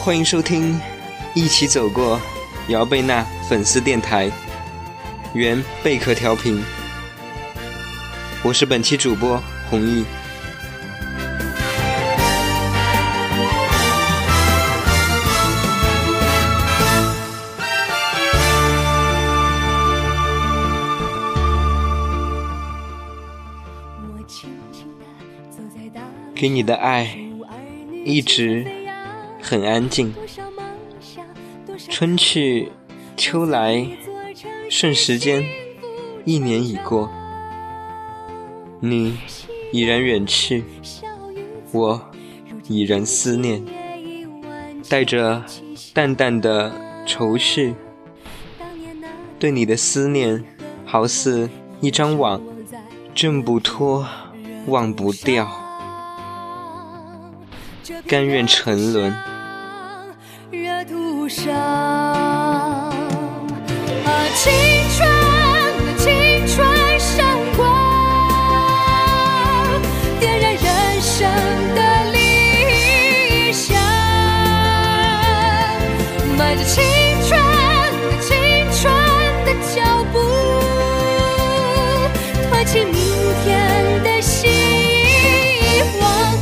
欢迎收听一起走过姚贝娜粉丝电台，原贝壳调频，我是本期主播弘毅。给你的爱一直很安静，春去秋来，瞬时间1年已过，你已然远去，我已然思念，带着淡淡的愁绪，对你的思念好似一张网，挣不脱忘不掉，甘愿沉沦热土上，青春闪光，点燃人生的理想，迈着青春的脚步，托起明天的希望。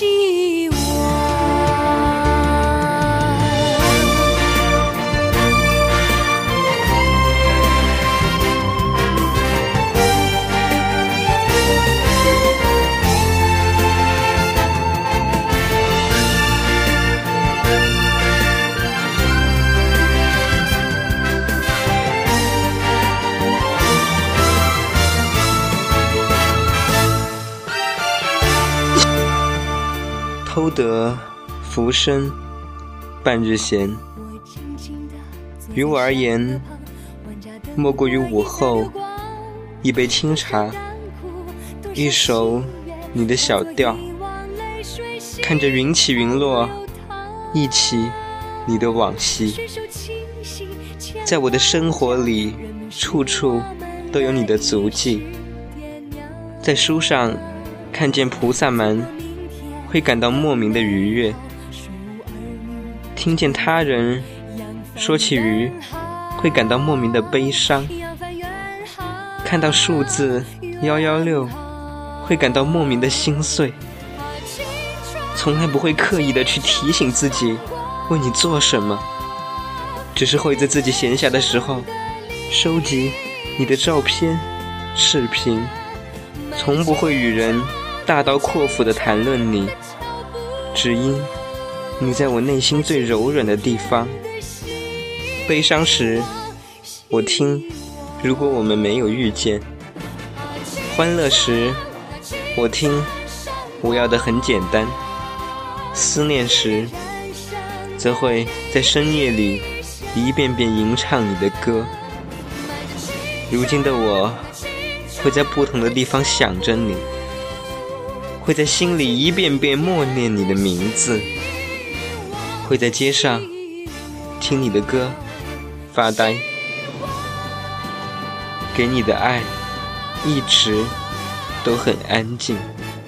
偷得浮生半日闲，于我而言，莫过于午后一杯清茶，一首你的小调，看着云起云落，忆起你的往昔。在我的生活里，处处都有你的足迹。在书上看见菩萨蛮，会感到莫名的愉悦，听见他人说起鱼，会感到莫名的悲伤，看到数字116，会感到莫名的心碎。从来不会刻意的去提醒自己为你做什么，只是会在自己闲暇的时候收集你的照片视频，从不会与人大刀阔斧地谈论你，只因你在我内心最柔软的地方。悲伤时我听如果我们没有遇见，欢乐时我听我要的很简单，思念时则会在深夜里一遍遍吟唱你的歌。如今的我会在不同的地方想着你，会在心里一遍遍默念你的名字，会在街上听你的歌发呆。给你的爱一直都很安静。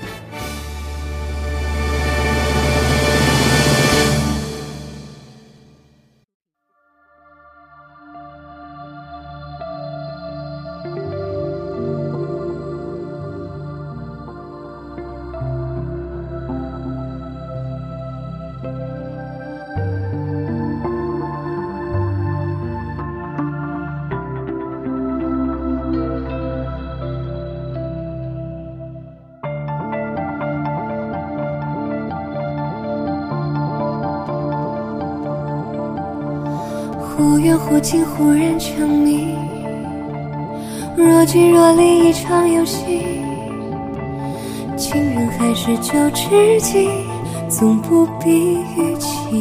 忽远忽近，忽然沉迷，若即若离一场游戏，情人还是旧知己，总不必预期。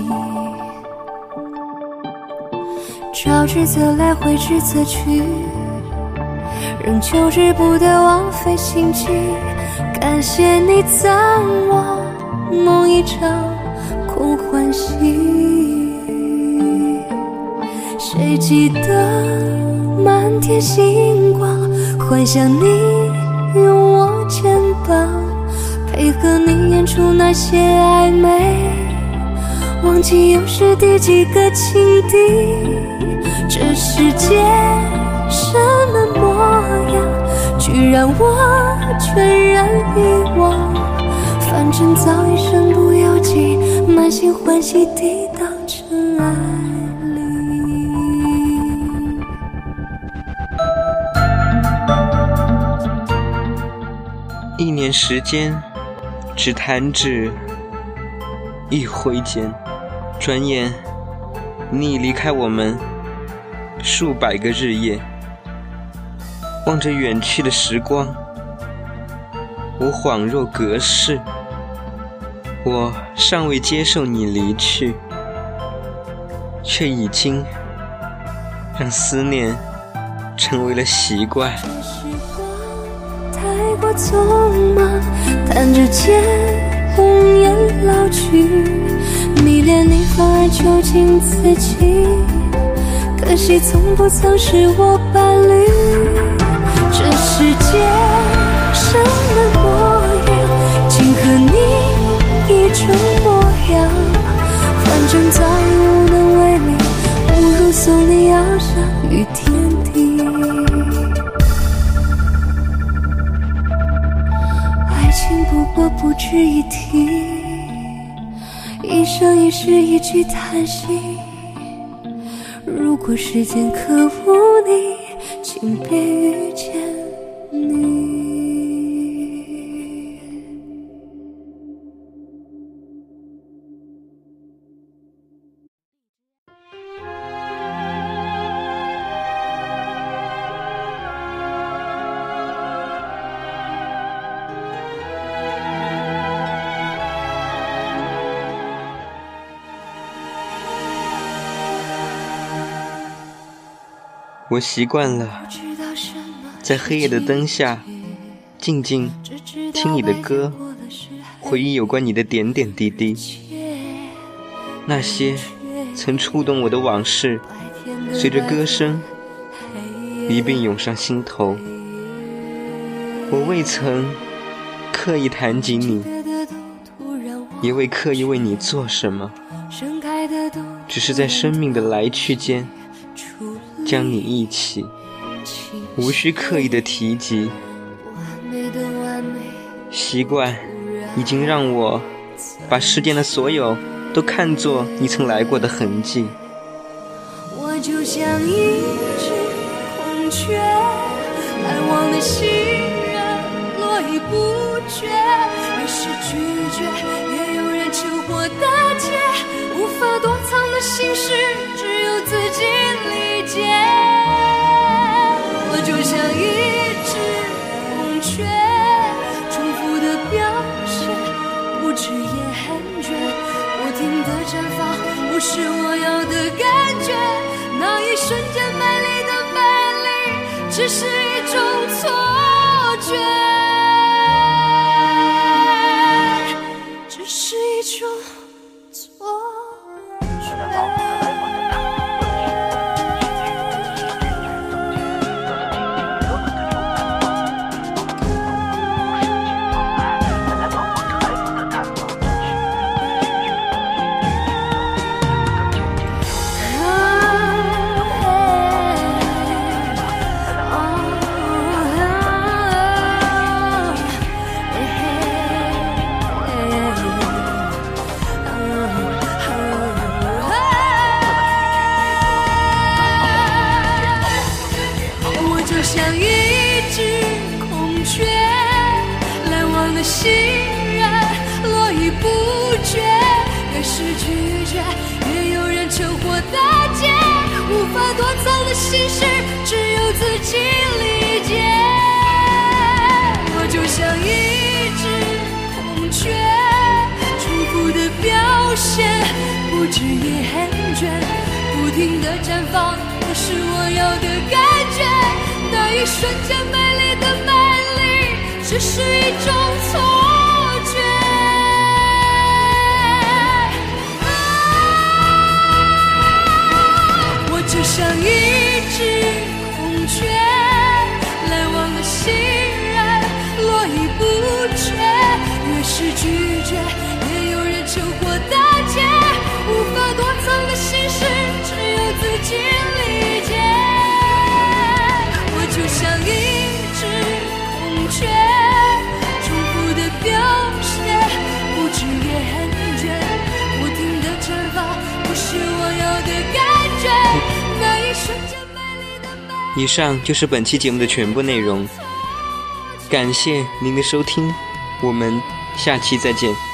招之则来，挥之则去，仍旧知不得枉费心机。感谢你暂忘梦一场空欢喜。谁记得满天星光，幻想你拥我肩膀，配合你演出那些暧昧忘记又是第几个情敌。这世界什么模样，居然我全然遗忘。反正早一声不要紧，满心欢喜抵挡尘埃里。 1年时间，只弹指一挥间，转眼你已离开我们数百个日夜。望着远去的时光，我恍若隔世。我尚未接受你离去，却已经让思念成为了习惯。 太过匆忙，弹指间红颜老去，迷恋你反而囚禁自己，可惜从不曾是我伴侣。这世界什么模样，竟和你一种模样，反正早已无能为力，不如送你翱翔于天地。爱情不过不值一提，一生一世一句叹息。如果时间可误你，请别遇见你。 我习惯了在黑夜的灯下静静听你的歌，回忆有关你的点点滴滴，那些曾触动我的往事，随着歌声一并涌上心头。我未曾刻意谈及你，也未刻意为你做什么，只是在生命的来去间将你一起，无需刻意的提及。习惯已经让我把世间的所有都看作你曾来过的痕迹。 我就像一只孔雀，来往的行人络绎不绝，越是拒绝越有人求活的解，无法躲藏的心事只有自己理解。我就像一只孔雀，重复的表现，不知也很倦，不停的绽放，不是我要的感觉。那一瞬间美丽的美丽，只是一种错觉，只是一种错觉。像一只孔雀，来往的行人络绎不绝，越是拒绝越有人求活的解，无法躲藏的心事只有自己理解。我就像一只孔雀，重复的表现，不知也很倦，不停的绽放，不是我要的感觉。那一瞬间美丽的美丽，只是一种错觉。我就像一只孔雀，来往的行人络绎不绝，越是拒绝越有人求活的解，无理解。我就像一只孔雀，重复的表现，不知厌倦，不停的绽放，不是我要的感觉。那一瞬间美丽的美。 以上就是本期节目的全部内容，感谢您的收听，我们下期再见。